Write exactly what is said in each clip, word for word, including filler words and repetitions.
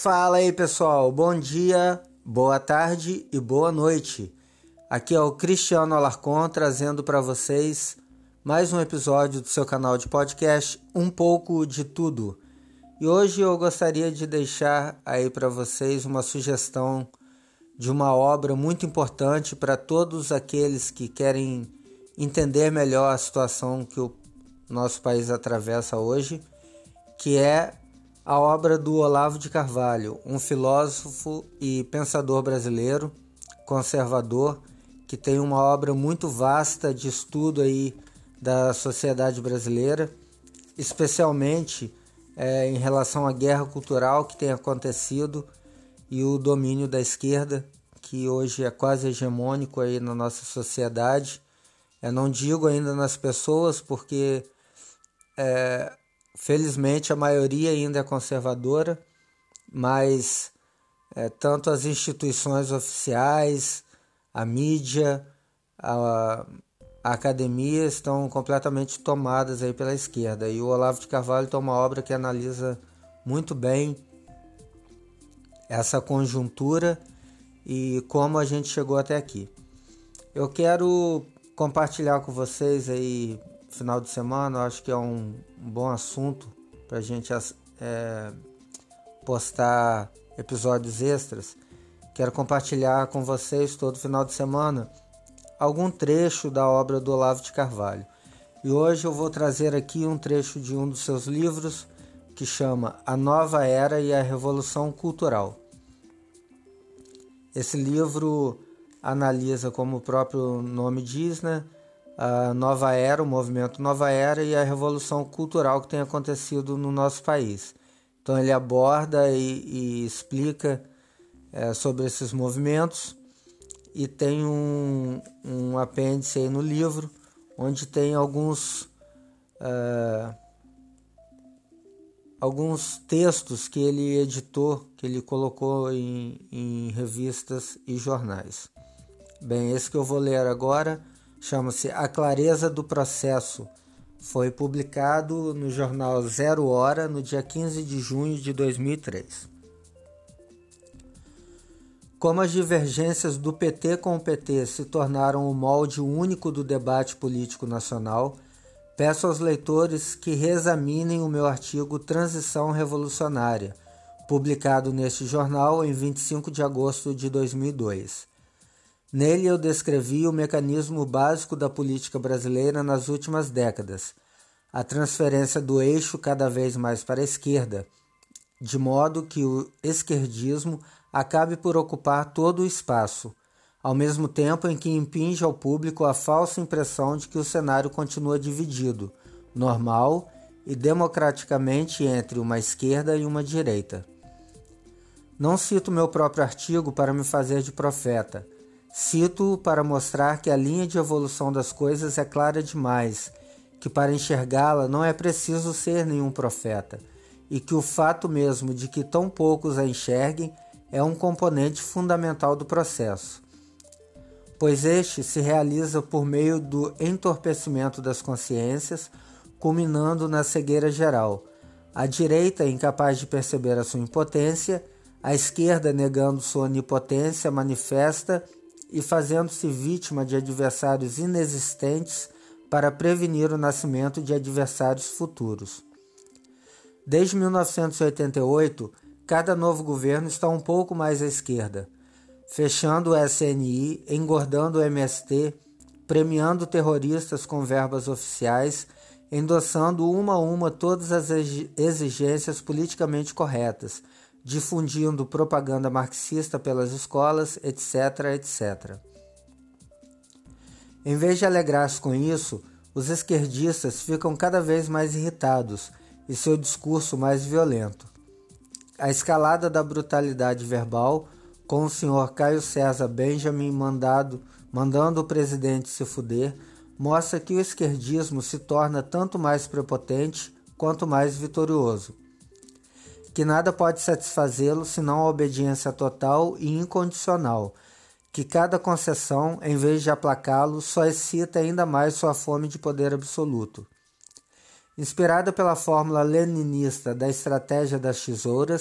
Fala aí, pessoal, bom dia, boa tarde e boa noite. Aqui é o Cristiano Alarcon trazendo para vocês mais um episódio do seu canal de podcast Um Pouco de Tudo. E hoje eu gostaria de deixar aí para vocês uma sugestão de uma obra muito importante para todos aqueles que querem entender melhor a situação que o nosso país atravessa hoje, que é a obra do Olavo de Carvalho, um filósofo e pensador brasileiro, conservador, que tem uma obra muito vasta de estudo aí da sociedade brasileira, especialmente é, em relação à guerra cultural que tem acontecido e o domínio da esquerda, que hoje é quase hegemônico aí na nossa sociedade. Eu não digo ainda nas pessoas, porque é, felizmente a maioria ainda é conservadora, mas é, tanto as instituições oficiais, a mídia, a, a academia estão completamente tomadas aí pela esquerda. E o Olavo de Carvalho tem uma obra que analisa muito bem essa conjuntura e como a gente chegou até aqui. Eu quero compartilhar com vocês aí final de semana, eu acho que é um, um bom assunto para a gente é, postar episódios extras. Quero compartilhar com vocês todo final de semana algum trecho da obra do Olavo de Carvalho. E hoje eu vou trazer aqui um trecho de um dos seus livros que chama A Nova Era e a Revolução Cultural. Esse livro analisa, como o próprio nome diz, né, a nova era, o movimento Nova Era e a revolução cultural que tem acontecido no nosso país. Então ele aborda e, e explica é, sobre esses movimentos e tem um, um apêndice aí no livro onde tem alguns é, alguns textos que ele editou, que ele colocou em, em revistas e jornais. Bem, esse que eu vou ler agora chama-se A Clareza do Processo. Foi publicado no jornal Zero Hora no dia quinze de junho de dois mil e três. Como as divergências do P T com o P T se tornaram o molde único do debate político nacional, peço aos leitores que reexaminem o meu artigo Transição Revolucionária, publicado neste jornal em vinte e cinco de agosto de dois mil e dois. Nele eu descrevi o mecanismo básico da política brasileira nas últimas décadas, a transferência do eixo cada vez mais para a esquerda, de modo que o esquerdismo acabe por ocupar todo o espaço, ao mesmo tempo em que impinge ao público a falsa impressão de que o cenário continua dividido, normal e democraticamente entre uma esquerda e uma direita. Não cito meu próprio artigo para me fazer de profeta. Cito-o para mostrar que a linha de evolução das coisas é clara demais, que para enxergá-la não é preciso ser nenhum profeta, e que o fato mesmo de que tão poucos a enxerguem é um componente fundamental do processo, pois este se realiza por meio do entorpecimento das consciências, culminando na cegueira geral, a direita incapaz de perceber a sua impotência, a esquerda negando sua onipotência manifesta e fazendo-se vítima de adversários inexistentes para prevenir o nascimento de adversários futuros. Desde mil novecentos e oitenta e oito, cada novo governo está um pouco mais à esquerda, fechando o S N I, engordando o M S T, premiando terroristas com verbas oficiais, endossando uma a uma todas as exigências politicamente corretas, difundindo propaganda marxista pelas escolas, etc, etcétera. Em vez de alegrar-se com isso, os esquerdistas ficam cada vez mais irritados e seu discurso mais violento. A escalada da brutalidade verbal, com o senhor Caio César Benjamin mandado, mandando o presidente se fuder, mostra que o esquerdismo se torna tanto mais prepotente quanto mais vitorioso, que nada pode satisfazê-lo senão a obediência total e incondicional, que cada concessão, em vez de aplacá-lo, só excita ainda mais sua fome de poder absoluto. Inspirada pela fórmula leninista da estratégia das tesouras,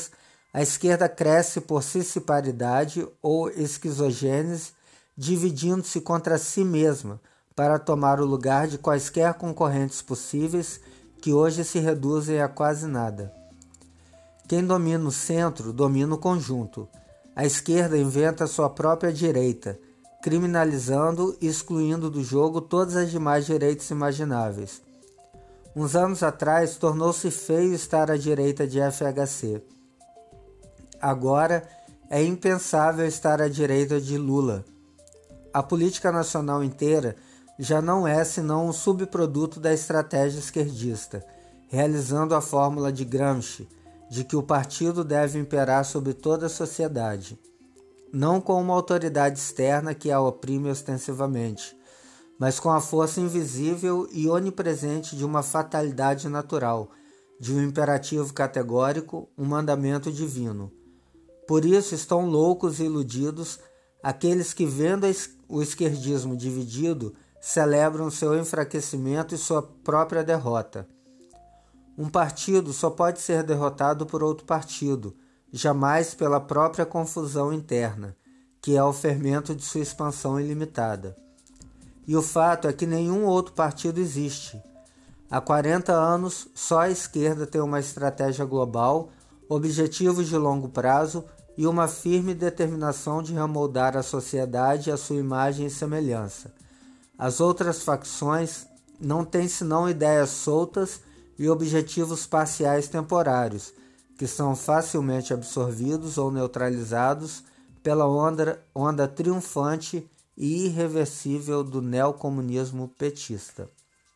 A esquerda cresce por cisparidade ou esquizogênese, dividindo-se contra si mesma para tomar o lugar de quaisquer concorrentes possíveis que hoje se reduzem a quase nada. Quem domina o centro, domina o conjunto. A esquerda inventa sua própria direita, criminalizando e excluindo do jogo todas as demais direitos imagináveis. Uns anos atrás, tornou-se feio estar à direita de F H C. Agora, é impensável estar à direita de Lula. A política nacional inteira já não é senão um subproduto da estratégia esquerdista, realizando a fórmula de Gramsci, de que o partido deve imperar sobre toda a sociedade, não com uma autoridade externa que a oprime ostensivamente, mas com a força invisível e onipresente de uma fatalidade natural, de um imperativo categórico, um mandamento divino. Por isso estão loucos e iludidos aqueles que, vendo o esquerdismo dividido, celebram seu enfraquecimento e sua própria derrota. Um partido só pode ser derrotado por outro partido, jamais pela própria confusão interna, que é o fermento de sua expansão ilimitada. E o fato é que nenhum outro partido existe. Há quarenta anos, só a esquerda tem uma estratégia global, objetivos de longo prazo e uma firme determinação de remoldar a sociedade à sua imagem e semelhança. As outras facções não têm senão ideias soltas e objetivos parciais temporários, que são facilmente absorvidos ou neutralizados pela onda, onda triunfante e irreversível do neocomunismo petista.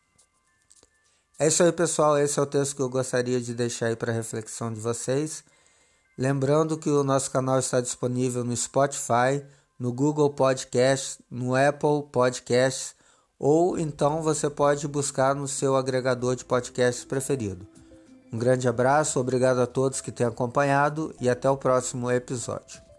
É isso aí, pessoal. Esse é o texto que eu gostaria de deixar aí para a reflexão de vocês. Lembrando que o nosso canal está disponível no Spotify, no Google Podcasts, no Apple Podcasts, ou então você pode buscar no seu agregador de podcasts preferido. Um grande abraço, obrigado a todos que têm acompanhado e até o próximo episódio.